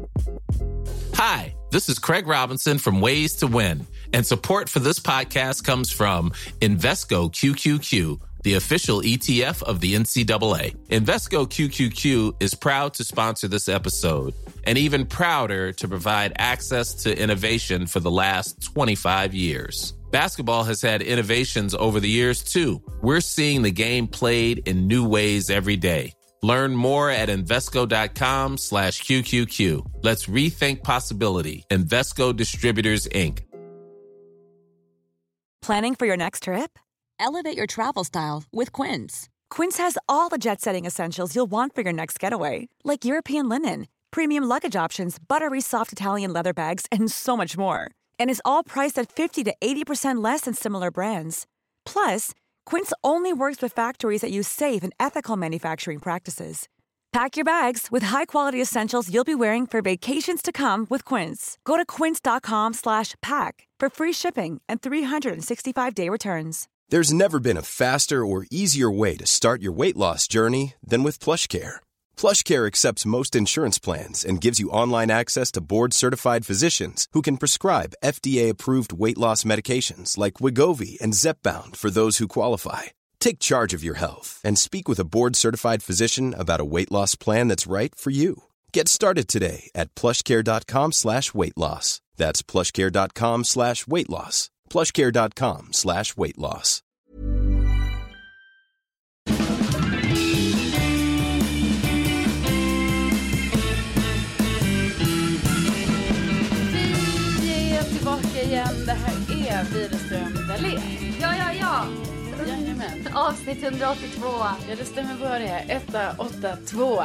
Hi, this is Craig Robinson from Ways to Win, and support for this podcast comes from Invesco QQQ, the official ETF of the NCAA. Invesco QQQ is proud to sponsor this episode, and even prouder to provide access to innovation for the last 25 years. Basketball has had innovations over the years, too. We're seeing the game played in new ways every day. Learn more at Invesco.com/QQQ. Let's rethink possibility. Invesco Distributors, Inc. Planning for your next trip? Elevate your travel style with Quince. Quince has all the jet-setting essentials you'll want for your next getaway, like European linen, premium luggage options, buttery soft Italian leather bags, and so much more. And is all priced at 50 to 80% less than similar brands. Plus, Quince only works with factories that use safe and ethical manufacturing practices. Pack your bags with high-quality essentials you'll be wearing for vacations to come with Quince. Go to quince.com/pack for free shipping and 365-day returns. There's never been a faster or easier way to start your weight loss journey than with PlushCare. PlushCare accepts most insurance plans and gives you online access to board-certified physicians who can prescribe FDA-approved weight loss medications like Wegovy and Zepbound for those who qualify. Take charge of your health and speak with a board-certified physician about a weight loss plan that's right for you. Get started today at plushcare.com/weight-loss. That's plushcare.com/weight-loss. plushcare.com/weight-loss. Tillbaka igen, det här är Widerström Dahlén. Ja. Jajamän. Avsnitt 182. Ja, det stämmer bra det. 182.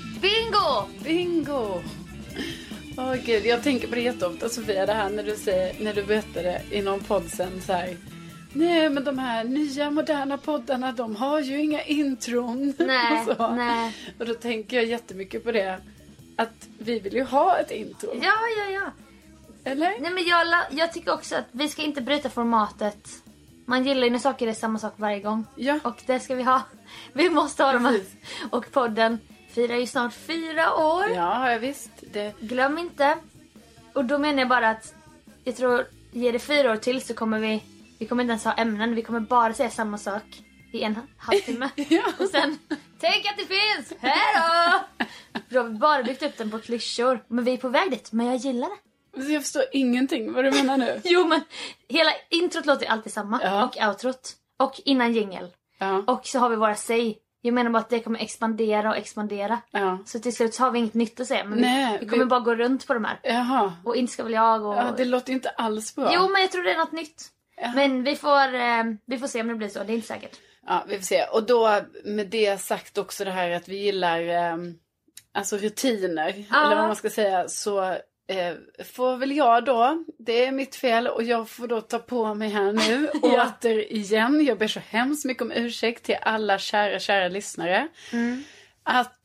Bingo! Åh gud, jag tänker på det jätteofta, Sofia, det här när du berättade i någon podd sen så här. Nej, men de här nya moderna poddarna, de har ju inga intron. Nej. Och då tänker jag jättemycket på det. Att vi vill ju ha ett intro. Ja. Eller? Nej, men jag tycker också att vi ska inte bryta formatet. Man gillar ju när saker är samma sak varje gång. Ja. Och det ska vi ha. Vi måste ha dem här. Och podden firar ju snart 4 år. Ja, visst. Glöm inte. Och då menar jag bara att jag tror, ger det 4 år till så kommer vi kommer inte ens ha ämnen. Vi kommer bara säga samma sak i en halvtimme. Ja. Och sen, tänk att det finns! Hejdå! Då har vi bara byggt upp den på klyschor. Men vi är på väg dit, men jag gillar det. Jag förstår ingenting vad du menar nu. Jo, men hela introt låter alltid samma. Ja. Och outrot. Och innan jingle. Ja. Och så har vi våra säg. Jag menar bara att det kommer expandera. Ja. Så till slut så har vi inget nytt att säga. Men Nej, vi kommer bara gå runt på de här. Jaha. Och inte ska väl jag och... Ja, det låter inte alls bra. Jo, men jag tror det är något nytt. Ja. Men vi får se om det blir så. Det är inte säkert. Ja, vi får se. Och då med det sagt också det här att vi gillar alltså rutiner. Ja. Eller vad man ska säga. Så får väl jag då, det är mitt fel och jag får då ta på mig här nu återigen. Jag ber så hemskt mycket om ursäkt till alla kära lyssnare. Att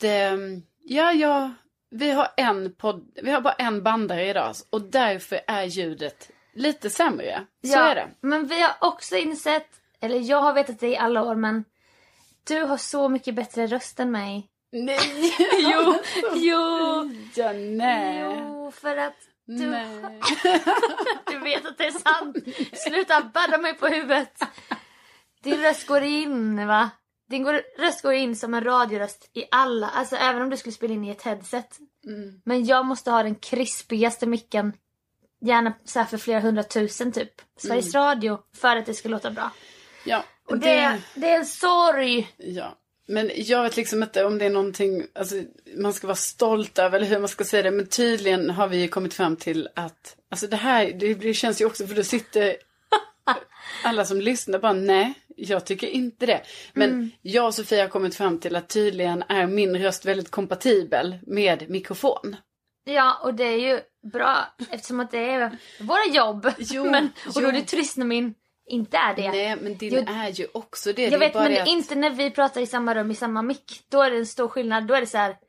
vi har vi har bara en bandare idag och därför är ljudet lite sämre. Så är det. Men vi har också insett, eller jag har vetat det i alla år, men du har så mycket bättre röst än mig. Nej. Jo. Ja, nej. Jo, för att du... Du vet att det är sant. Sluta badda mig på huvudet. Din röst går in, va? Röst går in som en radioröst i alla. Alltså även om du skulle spela in i ett headset. Men jag måste ha den krispigaste micken. Gärna så här för flera 100 000 typ. Sveriges Radio. För att det ska låta bra. Ja. Och det är en sorg. Ja. Men jag vet liksom inte om det är någonting alltså, man ska vara stolt över eller hur man ska säga det. Men tydligen har vi kommit fram till att alltså det känns ju också för då sitter alla som lyssnar bara nej, jag tycker inte det. Men jag och Sofia har kommit fram till att tydligen är min röst väldigt kompatibel med mikrofon. Ja, och det är ju bra eftersom att det är våra jobb. Och då är det trist när min inte är det. Nej, men din är ju också det. Jag vet, men det inte när vi pratar i samma rum i samma mick. Då är det en stor skillnad. Då är det så här.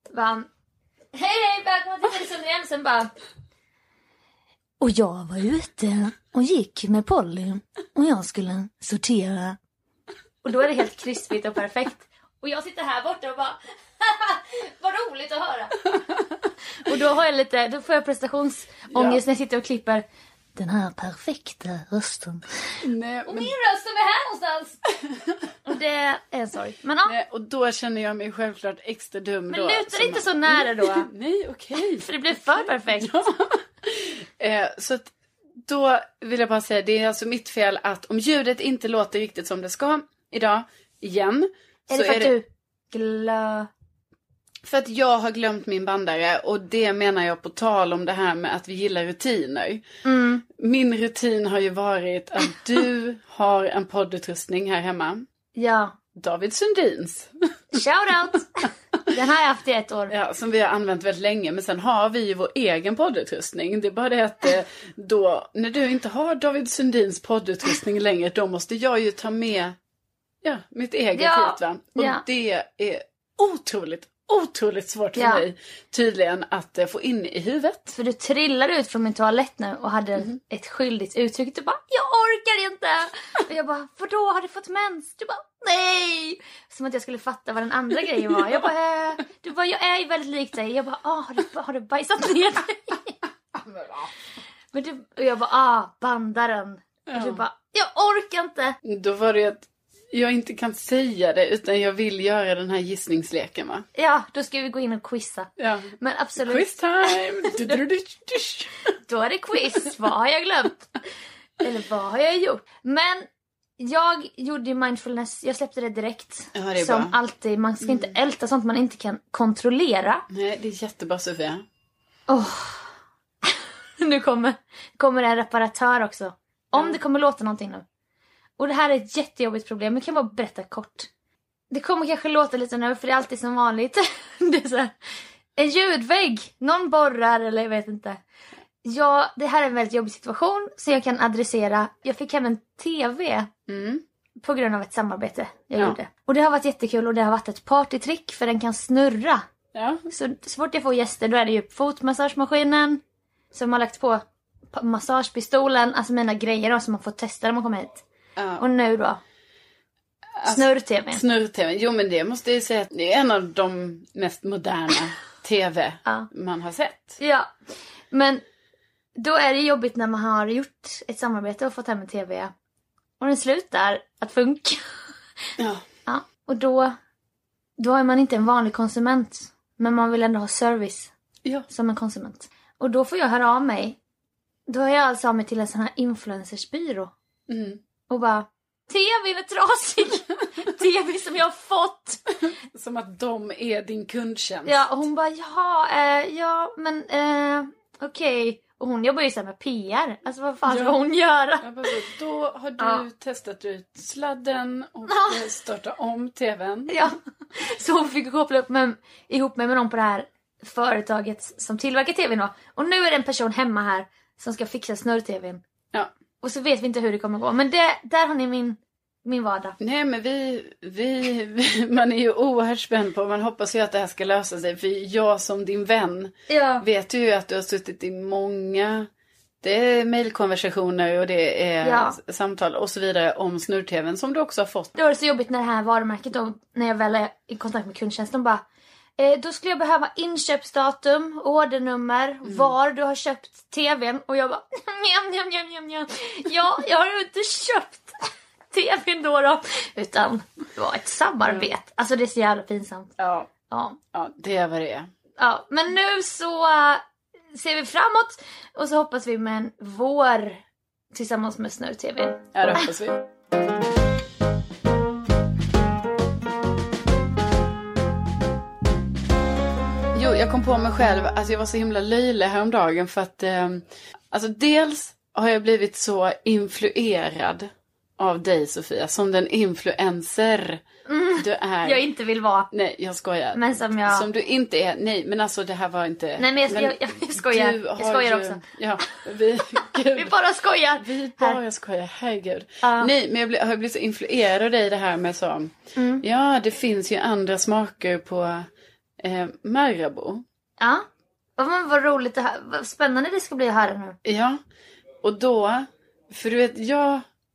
Hej, välkomna till Nilsson igen. Sen bara. Och jag var ute och gick med Polly. Och jag skulle sortera. Och då är det helt krispigt och perfekt. Och jag sitter här borta och bara. Vad roligt att höra. Och då får jag prestationsångest när jag sitter och klipper den här perfekta rösten. Nej, och min röst är här någonstans. Och det är en sorg. Men ja. Nej, och då känner jag mig självklart extra dum. Men luta inte så nära då. Nej, okej. För det blir för perfekt. Så att då vill jag bara säga, det är alltså mitt fel att om ljudet inte låter riktigt som det ska idag, igen. Är det för att du För att jag har glömt min bandare, och det menar jag på tal om det här med att vi gillar rutiner. Mm. Min rutin har ju varit att du har en poddutrustning här hemma. Ja. David Sundins. Shout out! Den har jag haft i 1 år. Ja, som vi har använt väldigt länge. Men sen har vi ju vår egen poddutrustning. Det är bara det att då, när du inte har David Sundins poddutrustning längre, då måste jag ju ta med mitt eget hit, va? Och det är otroligt svårt för mig tydligen att få in i huvudet. För du trillade ut från min toalett nu och hade ett skyldigt uttryck. Du bara, jag orkar inte. Och jag bara, vadå, har du fått mens? Du bara, nej. Som att jag skulle fatta vad den andra grejen var. Jag bara, du bara, jag är ju väldigt lik dig. Jag bara, har du bajsat ner dig? Men du, och jag bara, bandaren. Och du bara, jag orkar inte. Då var det att jag inte kan säga det, utan jag vill göra den här gissningsleken, va? Ja, då ska vi gå in och quizza. Ja. Men absolut. Quiz time! Då är det quiz. Vad har jag glömt? Eller vad har jag gjort? Men jag gjorde mindfulness. Jag släppte det direkt. Ja, det är som bra. alltid. Man ska inte älta sånt man inte kan kontrollera. Nej, det är jättebra, Sofia. Nu kommer en reparatör också. Om det kommer låta någonting nu. Och det här är ett jättejobbigt problem. Jag kan bara berätta kort. Det kommer kanske låta lite nu, för det är alltid som vanligt. Det är så här, en ljudvägg. Någon borrar eller jag vet inte. Ja, det här är en väldigt jobbig situation som jag kan adressera. Jag fick hem en tv på grund av ett samarbete jag gjorde. Och det har varit jättekul, och det har varit ett partytrick, för den kan snurra. Ja. Så fort jag får gäster, då är det ju fotmassagemaskinen som har lagt på massagepistolen. Alltså mina grejer då, som man får testa när man kommer hit. Och nu då? Snurr-tv. Snurr-tv. Jo, men det måste jag säga att det är en av de mest moderna tv man har sett. Ja, men då är det jobbigt när man har gjort ett samarbete och fått hem en tv. Och den slutar att funka. Ja. Och då är man inte en vanlig konsument. Men man vill ändå ha service som en konsument. Och då får jag höra av mig. Då har jag alltså av mig till en sån här influencersbyrå. Mm. Och bara, tvn är trasig. TV som jag har fått. Som att de är din kundtjänst. Ja, och hon bara, okej. Och hon jobbar ju så här med PR. Alltså vad fan ska hon göra? Då har du testat ut sladden och startat om tvn. Ja, så hon fick koppla upp ihop med någon på det här företaget som tillverkar tvn då. Och nu är det en person hemma här som ska fixa snurr-tvn. Ja. Och så vet vi inte hur det kommer gå. Men där har ni min vardag. Nej, men man är ju oerhört spänd på. Man hoppas ju att det här ska lösa sig. För jag som din vän vet ju att du har suttit i många... Det är mejlkonversationer och det är samtal och så vidare om snurr-tvn som du också har fått. Det var så jobbigt när det här varumärket då, när jag väl är i kontakt med kundtjänsten, bara... Då skulle jag behöva inköpsdatum, ordernummer, var du har köpt tvn. Och jag bara, ja, jag har ju inte köpt tvn då. Utan det var ett samarbete. Alltså det är så jävla pinsamt. Ja, det är vad det är. Ja, men nu så ser vi framåt. Och så hoppas vi med en vår tillsammans med snurr-tvn. Ja, det hoppas vi. Jo, jag kom på mig själv, alltså jag var så himla löjlig häromdagen för att, alltså dels har jag blivit så influerad av dig, Sofia, som den influencer du är. Jag inte vill vara. Nej, jag skojar. Men som du inte är, nej, men alltså det här var inte. Nej, men jag skojar. Jag skojar också. Ja, vi bara skojar. Vi bara skojar, herregud. Nej, men jag har blivit så influerad av dig det här med så, ja, det finns ju andra smaker på Marabou. Ja. Men vad roligt det här. Vad spännande det ska bli att höra nu. Ja. Och då, för du vet, jag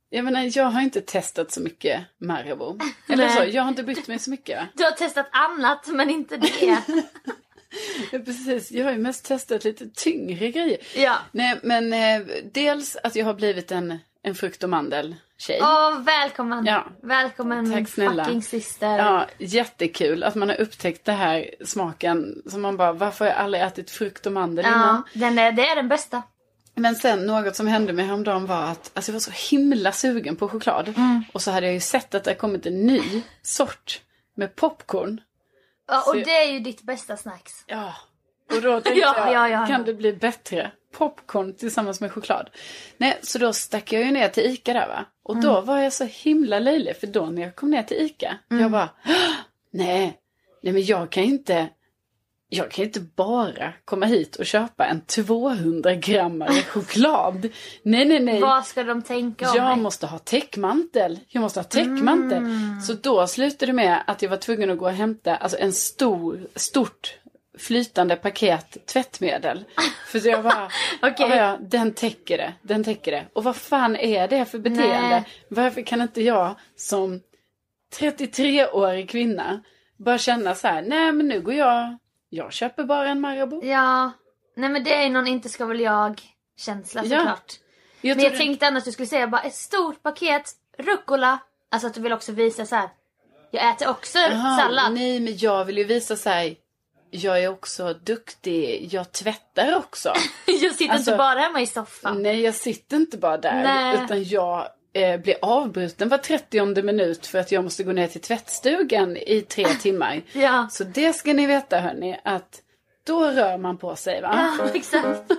Jag menar, jag har inte testat så mycket Marabou. Eller så, jag har inte brytt mig så mycket, va? Du har testat annat, men inte det. Ja, precis. Jag har ju mest testat lite tyngre grejer. Ja. Nej, men dels att jag har blivit en frukt- och mandel-tjej. Välkommen. Ja. Välkommen, tack snälla. Fucking syster. Ja, jättekul att man har upptäckt det här smaken. Som man bara, varför har jag aldrig ätit frukt och mandel innan? Det är den bästa. Men sen något som hände mig häromdagen var att jag var så himla sugen på choklad. Och så hade jag ju sett att det har kommit en ny sort med popcorn. Ja, och så det är ju ditt bästa snacks. Ja, och då tänkte Ja. kan det bli bättre? Popcorn tillsammans med choklad. Nej, så då stack jag ju ner till Ica där, va? Och då var jag så himla löjlig. För då när jag kom ner till Ica, jag bara, nej men jag kan inte bara komma hit och köpa en 200-grammare choklad. Nej. Vad ska de tänka om Jag mig? måste ha täckmantel. Så då slutade det med att jag var tvungen att gå och hämta alltså en stort flytande paket tvättmedel. För jag bara, Okej. den täcker det. Och vad fan är det för beteende? Nej. Varför kan inte jag som 33-årig kvinna bara känna så här, nej men nu går jag köper bara en Marabou. Ja, nej men det är ju någon inte ska väl jag-känsla såklart. Men jag tänkte annars att du skulle säga bara ett stort paket rucola. Alltså att du vill också visa så här. Jag äter också sallad. Nej, men jag vill ju visa så här. Jag är också duktig. Jag tvättar också. Jag sitter inte bara hemma i soffan. Nej, jag sitter inte bara där. Nej. Utan jag blir avbruten var 30:e minut för att jag måste gå ner till tvättstugan i 3 timmar. Ja. Så det ska ni veta, hörni, att då rör man på sig, va? Ja, exakt.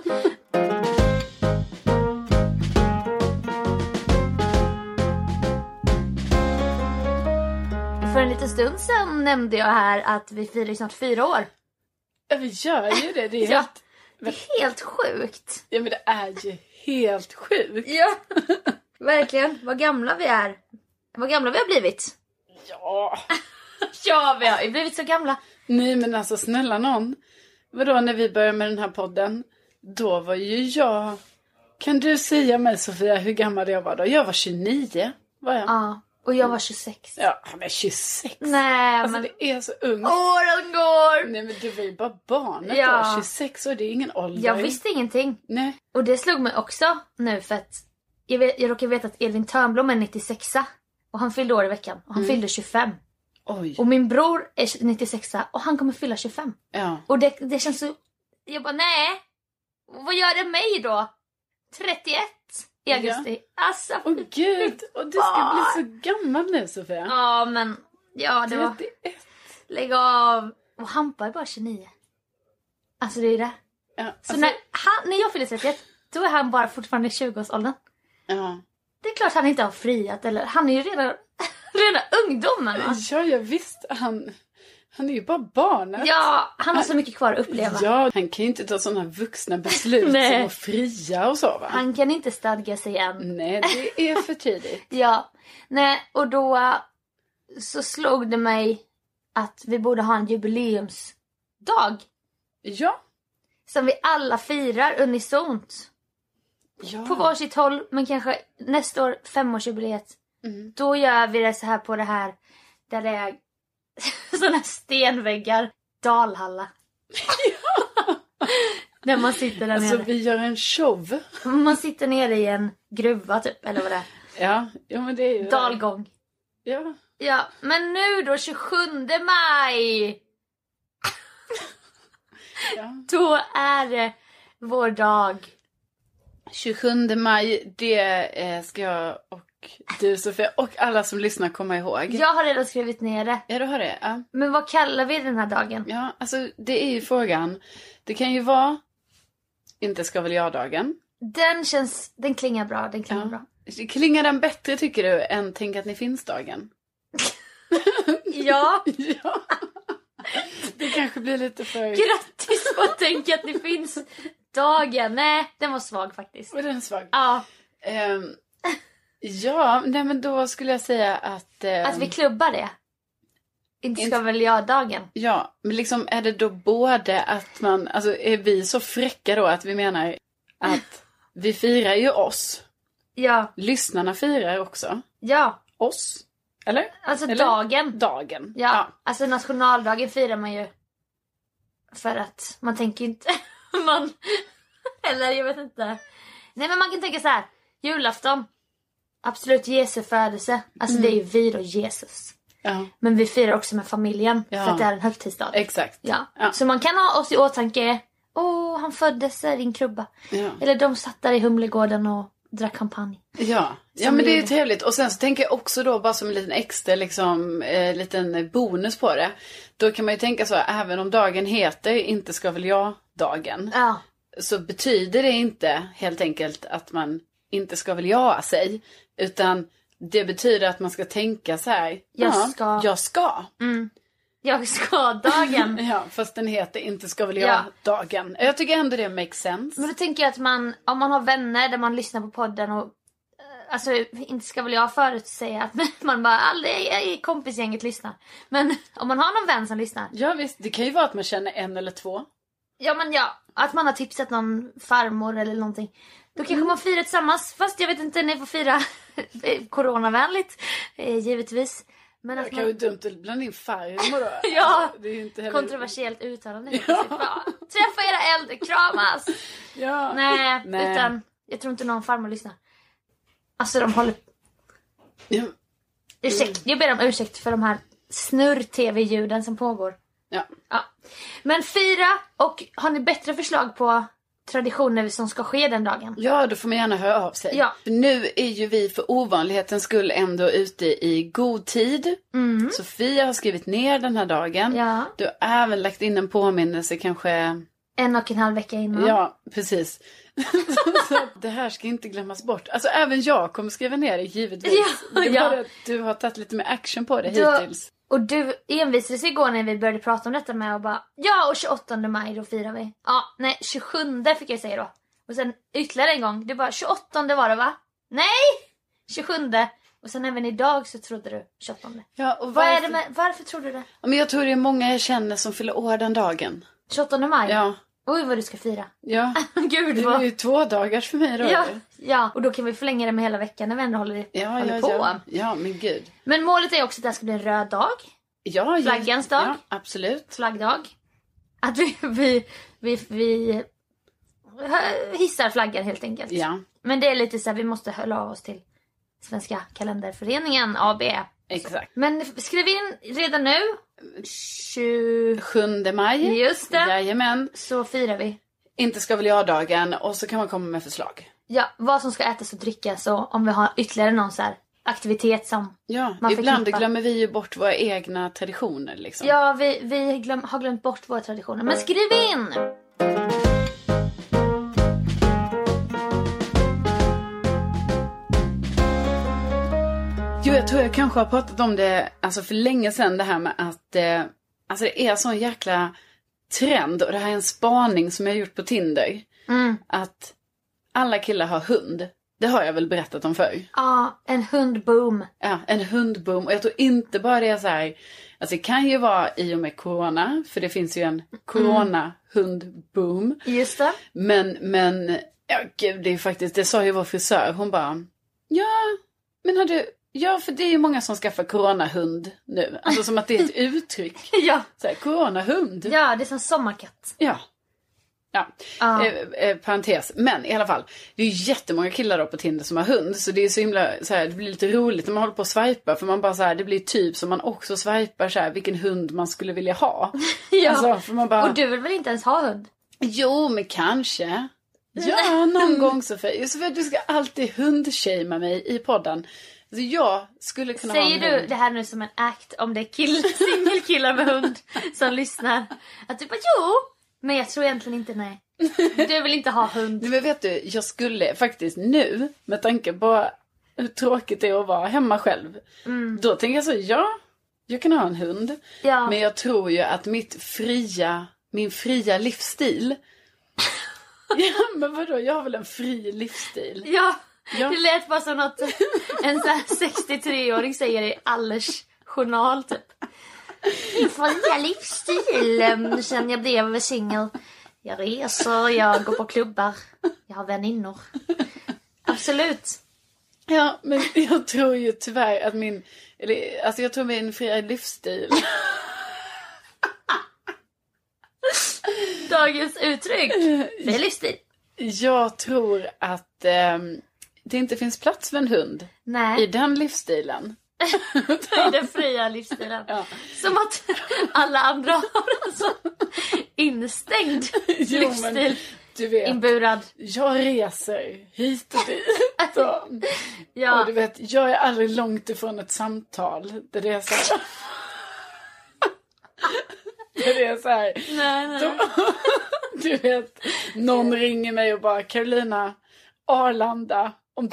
För en liten stund sedan nämnde jag här att vi firar snart 4 år. Ja, vi gör ju det. Det är Ja. helt... Det är helt sjukt. Ja, men det är ju helt sjukt. Ja, verkligen. Vad gamla vi är. Vad gamla vi har blivit. Ja. Ja, vi har ju blivit så gamla. Nej, men alltså snälla någon. Vadå, när vi började med den här podden, då var ju jag... Kan du säga mig, Sofia, hur gammal jag var då? Jag var 29, var jag? Ja, och jag var 26. Ja, men 26. Nej, Alltså men det är så ungt. åren går. Nej, men du var ju bara barnet Ja. då. 26 år, det är ingen ålder. Jag visste ingenting. Nej. Och det slog mig också nu för att jag råkar veta att Elvin Törnblom är 96 och han fyllde år i veckan och han fyllde 25. Oj. Och min bror är 96 och han kommer fylla 25. Ja. Och det känns så... Jag bara, nej. Vad gör det mig då? 31 i augusti. Ja. Alltså, Åh gud, och du ska bli så gammal nu, Sofia. Ja, men... Ja, det var... 31. Lägg av. Och Hampa är bara 29. Alltså det är det. Ja, Så alltså, när jag fyller 31, då är han bara fortfarande i 20-årsåldern. ja. Det är klart han inte har friat. Eller, han är ju redan ungdomen. Va? Ja, jag visst. Han är ju bara barnet. Ja, han har så mycket kvar att uppleva. Ja, han kan ju inte ta sådana vuxna beslut Nej. som att fria och så, va? Han kan inte stadga sig än. Nej, det är för tidigt. Ja, nej, och då så slog det mig att vi borde ha en jubileumsdag. Ja. Som vi alla firar unisont. Ja. På varsitt håll, men kanske nästa år 5-årsjubileet. Mm. Då gör vi det så här på det här där det är såna stenväggar. Dalhalla. Där man sitter där Alltså nere. vi gör en show. Man sitter nere i en gruva typ, eller vad det är. Ja, men det är ju... Dalgång. Ja. Ja, men nu då 27 maj. Ja. Då är det vår dag. 27 maj, det ska jag och du, Sofia, och alla som lyssnar komma ihåg. Jag har redan skrivit ner det. Ja, du har det. Ja. Men vad kallar vi den här dagen? Ja, alltså det är ju frågan. Det kan ju vara inte ska väl jag-dagen. Den klingar bra, bra. Klingar den bättre, tycker du, än tänk att ni finns-dagen? Ja. Ja. Det kanske blir lite för... Grattis på att tänka att det finns dagen. Nej, den var svag faktiskt. Var den svag? Ja. Ja, nej, men då skulle jag säga att... Att vi klubbar det. Inte ska väl jag-dagen. Ja, men liksom är det då både att man... Alltså är vi så fräcka då att vi menar att vi firar ju oss. Ja. Lyssnarna firar också. Ja. Oss. Eller? Alltså Eller? dagen. Ja. Alltså nationaldagen firar man ju. För att man tänker inte... Eller jag vet inte. Nej, men man kan tänka så här. Julafton. Absolut Jesu födelse. Alltså det är ju vi då, Jesus. Ja. Men vi firar också med familjen. För att det är en högtidsdag. Exakt. Ja. Så man kan ha oss i åtanke. Han föddes i din krubba. Ja. Eller de satt där i Humlegården och drack champagne. Ja, men det är ju trevligt. Och sen så tänker jag också då bara som en liten extra liksom, liten bonus på det. Då kan man ju tänka så, även om dagen heter inte ska väl jag dagen. Ja. Så betyder det inte helt enkelt att man inte ska väl jag sig. Utan det betyder att man ska tänka så här. Jag ska. Jag ska dagen. Ja, fast den heter inte ska väl jag dagen. Jag tycker ändå det makes sense. Men då tänker jag att om man har vänner där man lyssnar på podden och alltså inte ska väl jag förutsäga att man bara aldrig i kompisgänget lyssnar. Men om man har någon vän som lyssnar. Ja visst, det kan ju vara att man känner en eller två. Ja men att man har tipsat någon farmor eller någonting. Då kanske man firar tillsammans. Fast jag vet inte, ni får fira coronavänligt givetvis. Men det kan ju dumt att blanda in farmor då. Ja, det är ju inte heller... kontroversiellt uttalande. Träffa era äldre, kramas. Ja. Nej, utan jag tror inte någon farmor lyssnar. Alltså de håller... Ja. Jag ber om ursäkt för de här snurr-tv-ljuden som pågår. Ja. Men fira, och har ni bättre förslag på traditioner som ska ske den dagen? Ja, då får man gärna höra av sig. Ja. För nu är ju vi för ovanlighetens skull ändå ute i god tid. Sofia har skrivit ner den här dagen. Ja. Du har även lagt in en påminnelse kanske... 1,5 vecka innan. Ja, precis. Så det här ska inte glömmas bort. Alltså även jag kommer skriva ner det givetvis. Det är bara att du har tagit lite mer action på det hittills. Och du envisades igår när vi började prata om detta med och bara, och 28 maj då firar vi. 27 fick jag säga då. Och sen ytterligare en gång, det bara 28 var det va? Nej! 27. Och sen även idag så trodde du 28. Ja, och varför tror du det? Men jag tror det är många jag känner som fyller år den dagen. 28 maj? Ja. Oj vad du ska fira. Ja. Gud, det är ju 2 dagars för mig då. Ja, och då kan vi förlänga det med hela veckan när vi ändå håller på. Ja, men gud. Men målet är också att det ska bli en röd dag. Ja, flaggans dag. Ja, absolut. Flaggdag. Att vi hissar flaggan helt enkelt. Ja. Men det är lite så här, vi måste hålla av oss till Svenska kalenderföreningen AB. Exakt. Men skriv in redan nu 27 maj. Just det. Jajamän. Så firar vi. Inte ska väl jag dagen. Och så kan man komma med förslag. Ja, vad som ska ätas och drickas. Och om vi har ytterligare någon så här aktivitet som man ibland glömmer vi ju bort våra egna traditioner liksom. Ja, vi har glömt bort våra traditioner. Men skriv in! Jo, jag tror jag kanske har pratat om det alltså för länge sedan, det här med att alltså det är sån jäkla trend, och det här är en spaning som jag har gjort på Tinder. Att alla killar har hund. Det har jag väl berättat om förr. Ja, en hundboom. Ja, en hundboom. Och jag tror inte bara det är så här... Alltså det kan ju vara i och med corona. För det finns ju en corona-hundboom. Just det. Men ja gud, det är faktiskt... Det sa ju vår frisör. Hon bara... Men har du... Ja, för det är ju många som skaffar coronahund nu. Alltså som att det är ett uttryck. Ja. Så här, coronahund. Ja, det är som sommarkatt. Ja. Parentes. Men i alla fall, det är ju jättemånga killar då på Tinder som har hund. Så det är så himla så här, det blir lite roligt när man håller på att swipa. För man bara så här, det blir typ som man också swipar så här, vilken hund man skulle vilja ha. Ja, alltså, för man bara... och du vill väl inte ens ha hund? Jo, men kanske. Ja, någon gång så för du ska alltid hundshamea mig i podden. Alltså jag skulle kunna ha en hund. Säger du det här nu som en act om det är singelkillar med hund som lyssnar? Att du bara, men jag tror egentligen inte, nej. Du vill inte ha hund. Men vet du, jag skulle faktiskt nu, med tanke på hur tråkigt det är att vara hemma själv. Då tänker jag så, jag kan ha en hund. Ja. Men jag tror ju att min fria livsstil... men vadå, jag har väl en fri livsstil? Ja. Det lät bara som något en sån här 63-åring säger i Allers journal typ. Min fria livsstil sen jag blev singel. Jag reser, jag går på klubbar. Jag har väninnor. Absolut. Ja, men jag tror ju tyvärr att jag tror min fria livsstil. Dagens uttryck. Fria livsstil. Jag tror att det inte finns plats för en hund. Nej. I den livsstilen. I den fria livsstilen. Ja. Som att alla andra har alltså instängd livsstil. Du vet, inburad. Jag reser hit och dit. Ja. Och du vet, jag är aldrig långt ifrån ett samtal. Där det är så här. Där det är så här. Nej. Du vet, någon ringer mig och bara, Carolina, Arlanda om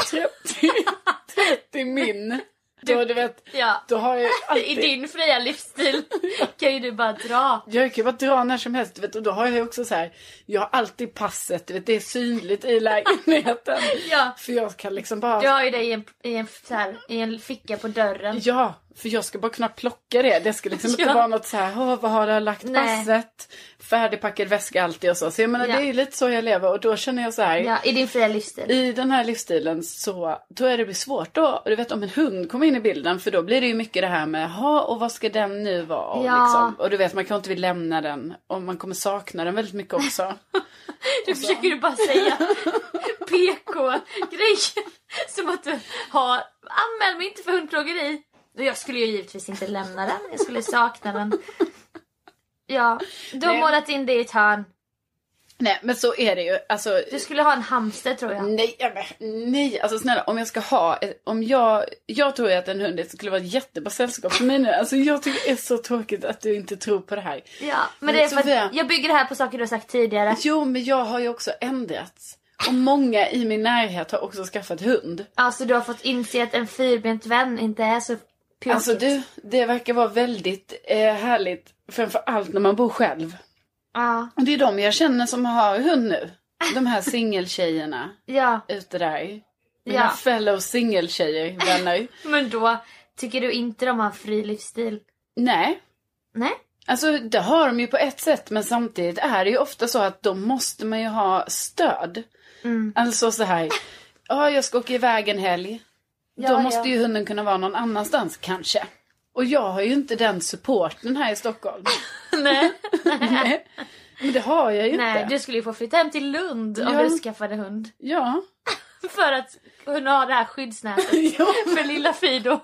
30 min. Då, du vet, då har jag alltid... I din fria livsstil kan ju du bara dra. Jag kan ju bara dra när som helst, du vet, och då har jag också så här, jag har alltid passet, du vet, det är synligt i lägenheten. Ja. För jag kan liksom bara... Du har ju det i en ficka på dörren. Ja, för jag ska bara kunna plocka det. Det ska liksom inte vara något så här, vad har jag lagt passet? Färdigpackad väska alltid och så. Så jag menar, det är ju lite så jag lever. Och då känner jag så här. Ja, i din fria livsstil. I den här livsstilen så, då är det blir svårt då. Och du vet, om en hund kommer in i bilden, för då blir det ju mycket det här med, och vad ska den nu vara? Och, liksom, och du vet, man kan inte vilja lämna den. Och man kommer sakna den väldigt mycket också. Du försöker ju bara säga PK-grejer. Som att du har, anmäl mig inte för hundplågeri. Jag skulle ju givetvis inte lämna den. Jag skulle sakna den. Ja, du har målat in det i ett hörn. Nej, men så är det ju. Alltså, du skulle ha en hamster, tror jag. Nej, alltså snälla, om jag ska ha... Jag tror ju att en hund skulle vara ett jättebra sällskap för mig nu. Alltså jag tycker det är så tråkigt att du inte tror på det här. Ja, men det är för att jag bygger det här på saker du har sagt tidigare. Jo, men jag har ju också ändrats. Och många i min närhet har också skaffat hund. Alltså du har fått inse att en fyrbent vän inte är så pjåkigt. Alltså det verkar vara väldigt härligt. Framförallt när man bor själv. Ja. Och det är de jag känner som har hund nu. De här singeltjejerna. Ute där. Mina fellow singeltjejer, vänner. Men då tycker du inte de har fri livsstil? Nej. Nej? Alltså det har de ju på ett sätt. Men samtidigt är det ju ofta så att då måste man ju ha stöd. Alltså så här. Jag ska åka iväg en helg. Då måste ju hunden kunna vara någon annanstans kanske. Och jag har ju inte den supporten här i Stockholm. Nej. Men det har jag ju inte. Nej, du skulle ju få flytta hem till Lund om du skaffade hund. Ja. För att kunna ha det här skyddsnätet för lilla Fido.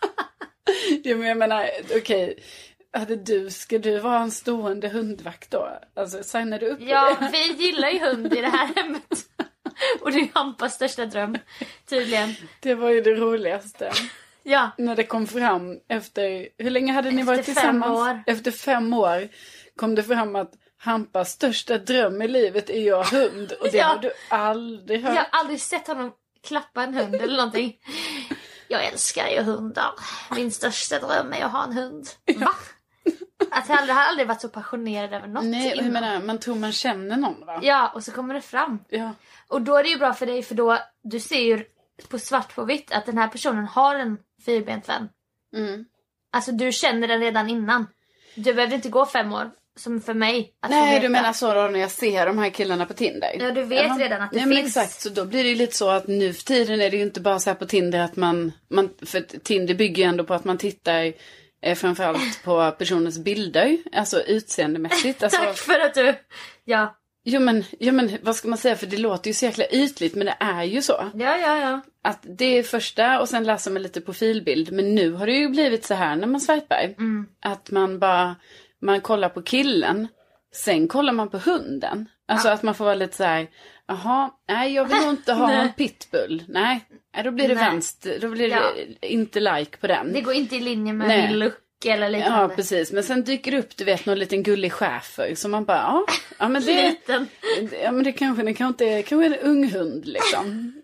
Ja, men jag menar, okej. Ska du vara en stående hundvakt då? Alltså, signar du upp? Ja, vi gillar ju hund i det här hemmet. Och det är Hampas största dröm, tydligen. Det var ju det roligaste. Ja. När det kom fram efter... Hur länge hade ni varit tillsammans? 5 år. Efter 5 år kom det fram att Hampas största dröm i livet är ju att ha hund. Och det har du aldrig hört. Jag har aldrig sett honom klappa en hund eller någonting. Jag älskar ju hundar. Min största dröm är att ha en hund. Va? Alltså, jag har aldrig varit så passionerad över något. Nej, jag menar, man tror man känner någon, va? Ja, och så kommer det fram. Ja. Och då är det ju bra för dig, för då du ser ju på svart på vitt att den här personen har en fyrbent vän. Alltså du känner den redan innan. Du behövde inte gå 5 år som för mig. Nej, du menar så då när jag ser de här killarna på Tinder. Ja, du vet redan att det finns. Men exakt, så då blir det ju lite så att nu för tiden är det ju inte bara så här på Tinder att man för Tinder bygger ju ändå på att man tittar framförallt på personens bilder, alltså utseendemässigt. Alltså, tack för att du, Jo men vad ska man säga, för det låter ju så jäkla ytligt, men det är ju så. Ja. Att det är första och sen läser man lite profilbild, men nu har det ju blivit så här när man swipar. Att man kollar på killen, sen kollar man på hunden. Alltså att man får vara lite så här, nej jag vill nog inte ha en pitbull. Nej, då blir det vänster, då blir det inte like på den. Det går inte i linje med min look eller liknande. Ja, precis. Men sen dyker det upp, du vet, någon liten gullig schäfer som man bara, men det liten. Ja, men det kanske inte är, kanske en ung hund liksom.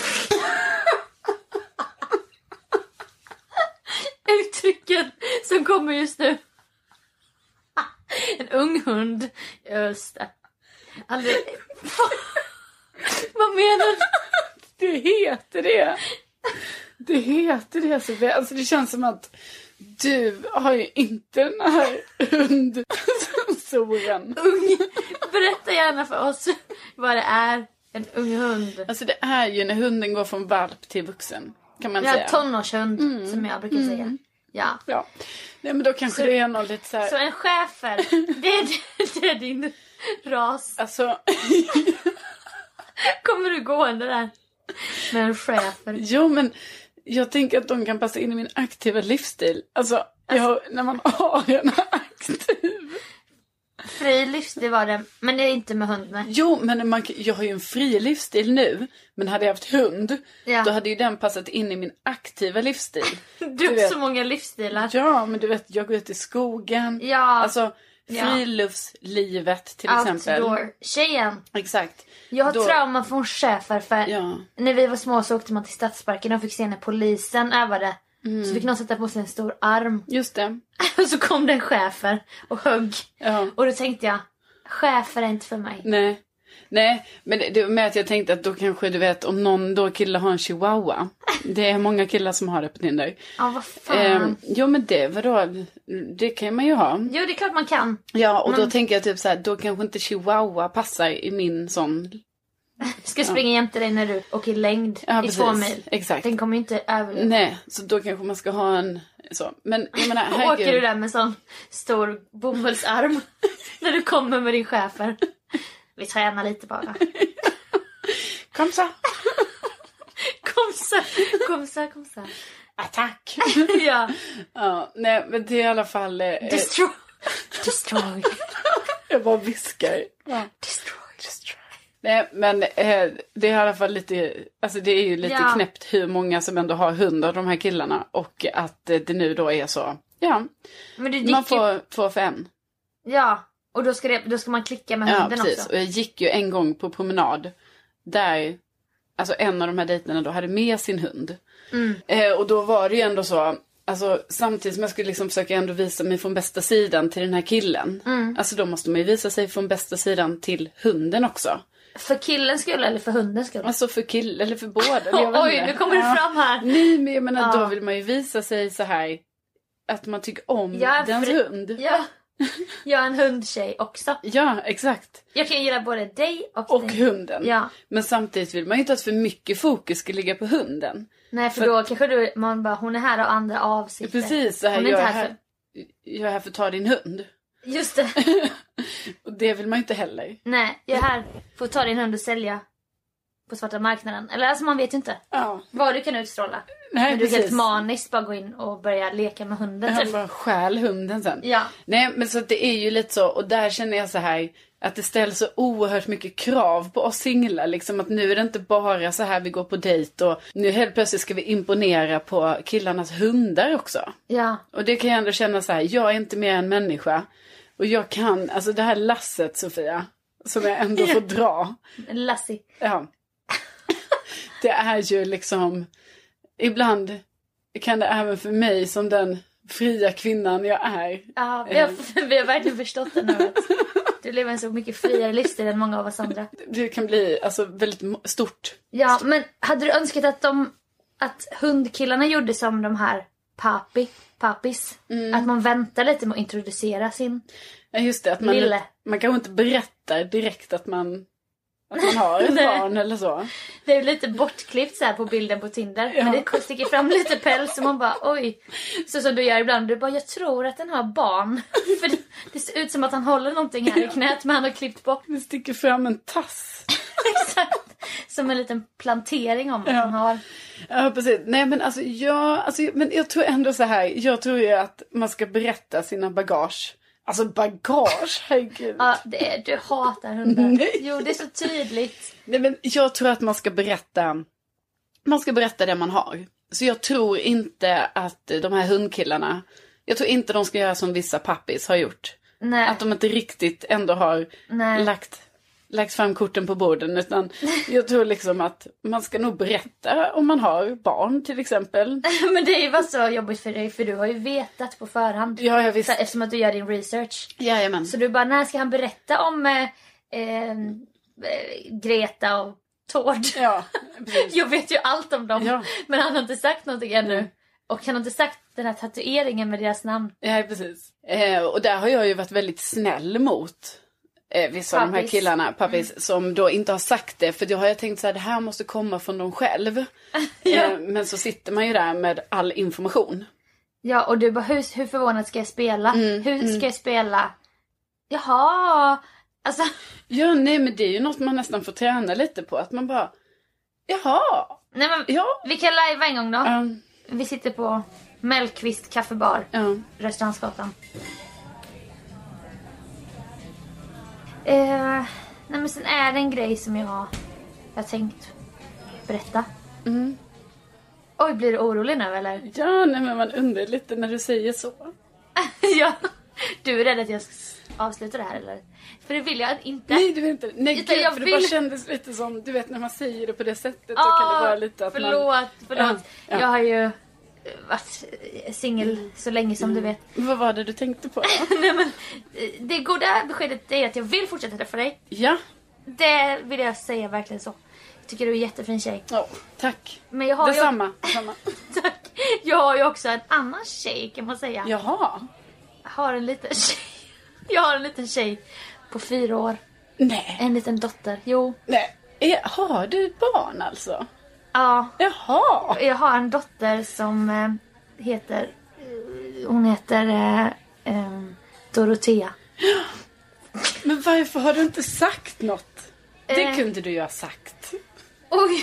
Uttrycken som kommer just nu. En ung hund. Just det. Aldrig... Vad menar du? Det heter det. Det heter det. Alltså det känns som att du har ju inte den här hundsensoren. Berätta gärna för oss vad det är En ung hund. Alltså det är ju när hunden går från valp till vuxen. Kan man säga. Tonårshund som jag brukar säga. Ja. Nej men då kanske det är något lite så här... Så en schäfer, det är din ras. Alltså... Kommer du gående där med en schäfer? Jo men jag tänker att de kan passa in i min aktiva livsstil. Alltså när man har en aktiv... Fri livsstil var det, men det är inte med hund med. Jo, men jag har ju en fri livsstil nu. Men hade jag haft hund, då hade ju den passat in i min aktiva livsstil. Du har så många livsstilar. Ja, men du vet, jag går ut i skogen. Ja. Alltså, friluftslivet till exempel. Outdoor. Tjejen. Exakt. Jag har trauma från schäfer för när vi var små så åkte man till stadsparken och fick se när polisen övade. Så fick någon sätta på sig en stor arm. Just det. Och så kom det en schäfer och högg. Ja. Och då tänkte jag, schäfer är inte för mig. Nej, men det var med att jag tänkte att då kanske du vet om någon då kille har en chihuahua. Det är många killar som har det på Tinder. Ja, vad fan. Jo men det kan man ju ha. Jo, det är klart man kan. Ja, och då tänker jag typ så här, då kanske inte chihuahua passar i min sån... Ska springa jämte dig när du åker längd i 2 mil. Exakt. Den kommer ju inte överleva. Nej, så då kanske man ska ha en så. Men jag menar, herregud. Åker du där med sån stor bomullsarm när du kommer med din schäfer. Vi tränar lite bara. Kom så. Kom så. Attack. Ja. Ja, nej men det är i alla fall... Destroy. Jag bara viskar. Ja. Destroy. Nej, men det är i alla fall lite, alltså det är ju lite knäppt hur många som ändå har hund av de här killarna. Och att det nu då är så, men man får för en. Ja, och då ska man klicka med hunden precis. också. Och jag gick ju en gång på promenad där, alltså en av de här dejterna då hade med sin hund. Och då var det ju ändå så, alltså samtidigt som jag skulle liksom försöka ändå visa mig från bästa sidan till den här killen. Alltså då måste man ju visa sig från bästa sidan till hunden också. För killens skull eller för hundens skull? Alltså för kill eller för båda. Oj, nu kommer det fram här. Nej, men jag menar, då vill man ju visa sig så här att man tycker om dens hund. Ja, jag är en hundtjej också. Ja, exakt. Jag kan gilla både dig och hunden. Ja. Men samtidigt vill man ju inte att för mycket fokus ska ligga på hunden. Nej, för då kanske man bara, hon är här av andra avsikter. Precis, så här, jag är här för att ta din hund. Just det. Och det vill man ju inte heller. Nej, jag är här för att ta din hund och sälja på svarta marknaden. Eller alltså man vet ju inte vad du kan utstråla. Nej, men du är helt maniskt bara gå in och börja leka med hunden. Han bara stjäl hunden sen. Ja. Nej, men så det är ju lite så. Och där känner jag så här att det ställs så oerhört mycket krav på oss singlar. Liksom att nu är det inte bara så här vi går på dejt. Och nu helt plötsligt ska vi imponera på killarnas hundar också. Ja. Och det kan jag ändå känna så här. Jag är inte mer en människa. Och jag kan, alltså det här lasset Sofia. Som jag ändå får dra. Lassi. Ja. Det är ju liksom. Ibland kan det även för mig som den fria kvinnan jag är. Ja, vi har verkligen förstått det nu. Du lever en så mycket friare livsstil än många av oss andra. Det kan bli alltså väldigt stort. Ja, men hade du önskat att hundkillarna gjorde som de här papis? Att man väntar lite med att introducera sin just det, att man kanske inte berättar direkt att man har ett barn eller så. Det är lite bortklippt så här på bilden på Tinder. Ja. Men det sticker fram lite päls och man bara, oj. Så som du gör ibland. Du bara, jag tror att den har barn. För det ser ut som att han håller någonting här i knät. Men han har klippt bort. Det sticker fram en tass. Exakt. Som en liten plantering om vad han har. Ja, precis. Nej, men men jag tror ändå så här. Jag tror ju att man ska berätta sina bagage. Alltså bagage, herregud. Ja, du hatar hundar. Nej. Jo, det är så tydligt. Nej, men jag tror att man ska berätta det man har. Så jag tror inte att de här hundkillarna, jag tror inte de ska göra som vissa pappis har gjort. Nej. Att de inte riktigt ändå har lagt fram korten på borden, utan jag tror liksom att man ska nog berätta om man har barn till exempel. Men det är ju bara så jobbigt för dig, för du har ju vetat på förhand. Ja, jag visst. Eftersom att du gör din research. Jajamän. Så du bara, när ska han berätta om Greta och Tord? Ja, precis. Jag vet ju allt om dem, men han har inte sagt någonting ännu. Och han har inte sagt den här tatueringen med deras namn. Ja, precis. Och där har jag ju varit väldigt snäll mot vissa av de här killarna, pappis, som då inte har sagt det. För då har jag tänkt så här, det här måste komma från dem själv. Men så sitter man ju där med all information. Ja, och du bara, hur förvånad ska jag spela? Hur ska jag spela? Jaha, alltså... Ja, nej, men det är ju något man nästan får träna lite på. Att man bara, jaha. Nej, men vi kan live en gång då. Vi sitter på Mellqvist kaffebar, Restaurangsgatan. Nej, men sen är det en grej som jag har tänkt berätta. Oj, blir du orolig nu eller? Ja, nej, men man undrar lite när du säger så. Ja, du är rädd att jag ska avsluta det här eller? För det vill jag inte. Nej, du vill inte. Nej, gud, för det bara kändes lite som, du vet när man säger det på det sättet så kan det vara lite att förlåt. Ja. Jag har ju varit singel så länge som du vet. Vad var det du tänkte på då? Nej, men det goda beskedet är att jag vill fortsätta träffa dig. Ja. Det vill jag säga verkligen så. Jag tycker du är en jättefin tjej. Tack. Men jag har Detsamma. Tack. Jag har ju också en annan tjej kan man säga. Jaha. Jag har en liten tjej på 4 år. Nej. En liten dotter. Jo. Nej. Har du ett barn alltså? Ja. Jaha. Jag har en dotter som heter... Hon heter Dorotea. Men varför har du inte sagt något? Det kunde du ju ha sagt. Oj,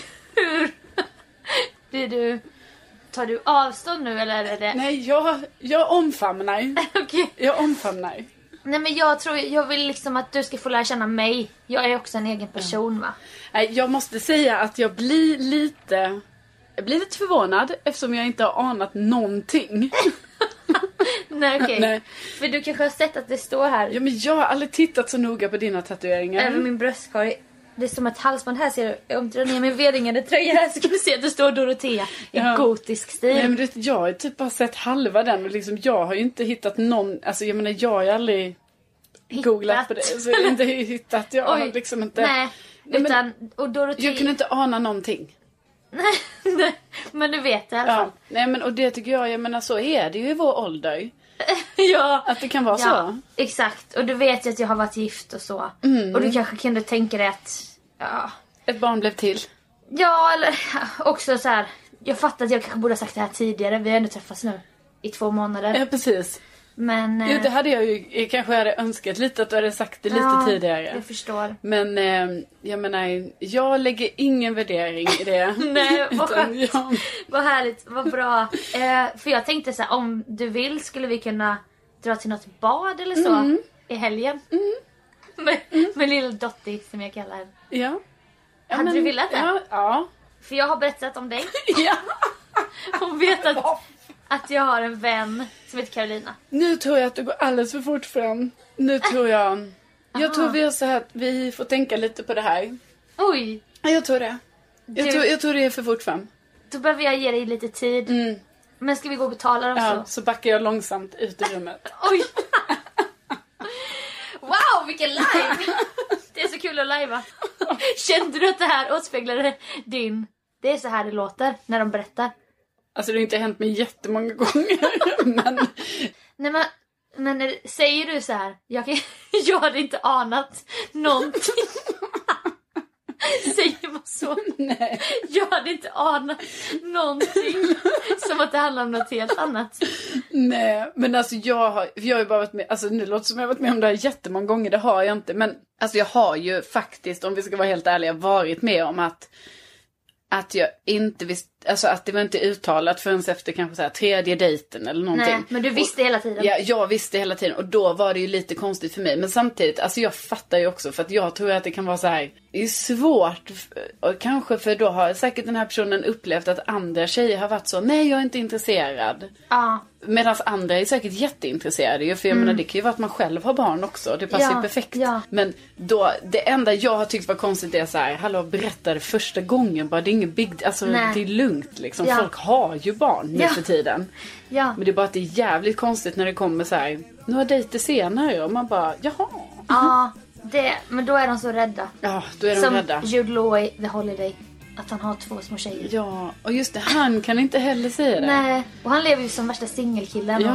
hur? Tar du avstånd nu eller är det... Nej, jag omfamnar. Okej. Jag omfamnar. Nej, men jag vill liksom att du ska få lära känna mig. Jag är också en egen person, va? Nej, jag måste säga att jag blir lite förvånad eftersom jag inte har anat någonting. Nej, okej. Nej. För du kanske har sett att det står här. Ja, men jag har aldrig tittat så noga på dina tatueringar. Även min bröstkorg. Det är som ett halsband här, ser du. Om du drar ner min vedringade tröja här så kan du se att det står Dorotea i gotisk stil. Nej, men jag har typ bara sett halva den och liksom jag har ju inte hittat någon, alltså jag menar jag har ju aldrig googlat på det så jag har inte hittat, jag har liksom inte. Nej, utan och Dorotea... Jag kunde inte ana någonting. Nej, men du vet det i alla fall. Nej, men och det tycker jag menar så är det ju i vår ålder. Ja. Att det kan vara så. Exakt. Och du vet ju att jag har varit gift och så. Och du kanske kunde tänka dig att... Ja. Ett barn blev till. Ja, eller också så här. Jag fattar att jag kanske borde ha sagt det här tidigare. Vi har ändå träffats nu i 2 månader. Ja, precis. Men... Jo, det hade jag kanske hade önskat lite att du hade sagt det lite tidigare. Jag förstår. Men jag menar, jag lägger ingen värdering i det. Nej, vad skönt. Vad härligt, vad bra. För jag tänkte så här, om du vill skulle vi kunna dra till något bad eller så i helgen. Med lilla Dottie som jag kallar henne. Ja. Hade du velat det? Ja. För jag har berättat om dig. Ja. Hon vet att jag har en vän som heter Carolina. Nu tror jag att det går alldeles för fort fram. Nu tror jag... Jag tror vi är så här att vi får tänka lite på det här. Oj. Jag tror det. Jag tror det är för fort fram. Då behöver jag ge dig lite tid. Men ska vi gå och betala dem så? Ja, så backar jag långsamt ut i rummet. Oj. Wow, vilken live! Det är så kul att livea. Kände du att det här åtspeglade din... Det är så här det låter när de berättar. Alltså det har inte hänt mig jättemånga gånger. Men... Nej, men säger du så här? Jag hade inte anat någonting. Säger man så? Nej. Jag hade inte anat någonting. Som att det handlar om något helt annat. Nej, men alltså jag har ju bara varit med, alltså nu låter som jag har varit med om det här jättemånga gånger, det har jag inte. Men alltså jag har ju faktiskt, om vi ska vara helt ärliga, varit med om att jag inte visste, alltså att det var inte uttalat förrän efter kanske så här 3:e dejten eller någonting. Nej, men du visste hela tiden. Ja, jag visste hela tiden och då var det ju lite konstigt för mig. Men samtidigt, alltså jag fattar ju också för att jag tror att det kan vara så här, det är svårt och kanske för då har säkert den här personen upplevt att andra tjejer har varit så, nej jag är inte intresserad. Ja. Medan andra är säkert jätteintresserade ju, för jag menar det kan ju vara att man själv har barn också, det passar ju perfekt. Ja. Men då, det enda jag har tyckt var konstigt är så här, hallå berättade första gången bara, det är ingen big, alltså det är lugnt liksom, folk har ju barn nu för tiden. Ja. Men det är bara att det är jävligt konstigt när det kommer så här, några dejter senare och man bara, jaha. Ja, men då är de så rädda. Ja, då är de som rädda. Jude Law i The Holiday. Att han har 2 små tjejer. Ja, och just det, han kan inte heller säga det. Nej, och han lever ju som värsta singelkillen. Ja.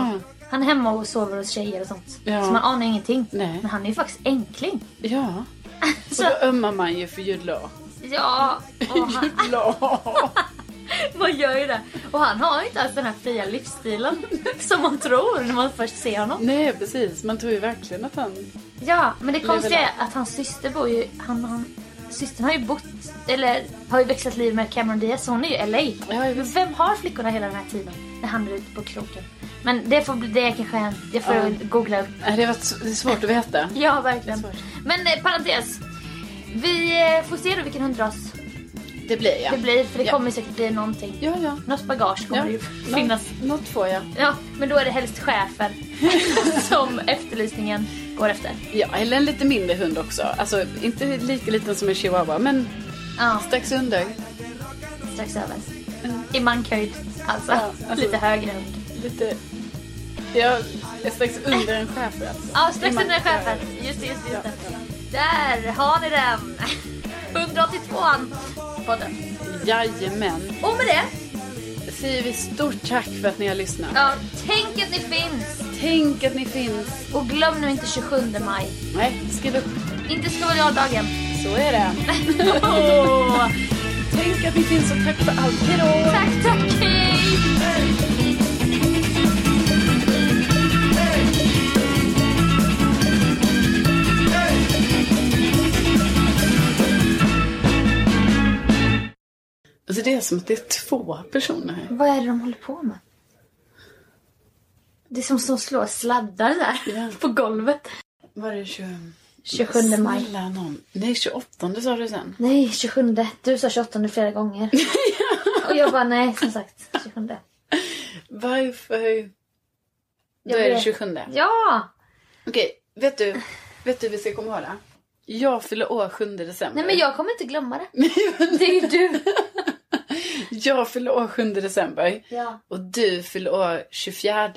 Han är hemma och sover hos tjejer och sånt. Ja. Så man anar ingenting. Nej. Men han är ju faktiskt enkling. Ja. Och då ömmar man ju för Jude Law. Ja. Och han... Jude Law. Man gör ju det. Och han har ju inte alls den här fria livsstilen som man tror när man först ser honom. Nej, precis. Man tror ju verkligen att han... Ja, men det konstiga är att hans syster bor ju... Systern har ju bott... Eller har ju växlat liv med Cameron Diaz. Så hon är ju LA. Ja, vem har flickorna hela den här tiden? När han är ute på kroken. Men det får bli... Det är kanske en... Det får googla upp. Det är svårt att veta. Ja, verkligen. Men parentes. Vi får se då vilken hundras det blir, ja. Det blir, för det kommer säkert bli någonting. Ja. Något bagage kommer det ju finnas. Något får jag. Ja, men då är det helst chefer som efterlysningen går efter. Ja, eller en lite mindre hund också. Alltså, inte lika liten som en chihuahua, men strax under. Strax över. I mankhöjd, alltså. Lite högre hund. Lite... Ja, strax under en schäfer alltså. Ja, strax under en schäfer. Just det. Där har ni den. 182an på den. Jajamän. Och med det säger vi stort tack för att ni har lyssnat. Ja, tänk att ni finns. Och glöm nu inte 27 maj. Nej, skriv upp. Inte skåljardagen. Så är det. Tänk att ni finns och tack för allt. Hejdå. Tack, hej. Alltså det är som att det är 2 personer här. Vad är det de håller på med? Det är som att slå sladdar där på golvet. Var det 27 maj? Nej, 28 sa du sen. Nej, 27. Du sa 28 flera gånger. Och jag bara, nej, som sagt, 27. Varför? Då är det 27. Ja! Okej, vet du vi ska komma ihåg det? Jag fyller år 7 december. Nej, men jag kommer inte glömma det. Det är ju du. Jag fyller år 7 december. Ja. Och du fyller år 24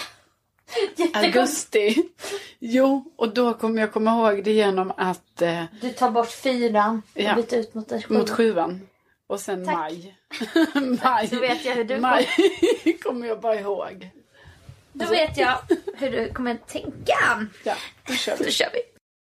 augusti. Jo, och då kommer jag komma ihåg det genom att... du tar bort 4 och byter ut mot 7. Mot 7. Och sen tack. maj. Maj. Så vet jag hur du kommer jag bara ihåg. Då vet jag hur du kommer tänka. Ja, då kör vi.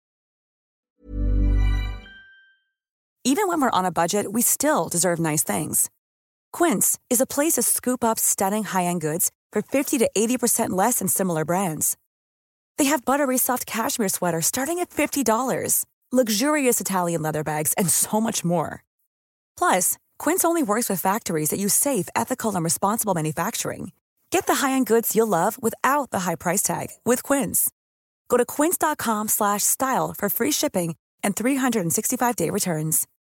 Even when we're on a budget, we still deserve nice things. Quince is a place to scoop up stunning high-end goods for 50 to 80% less than similar brands. They have buttery soft cashmere sweaters starting at $50, luxurious Italian leather bags, and so much more. Plus, Quince only works with factories that use safe, ethical, and responsible manufacturing. Get the high-end goods you'll love without the high price tag with Quince. Go to quince.com/style for free shipping and 365-day returns.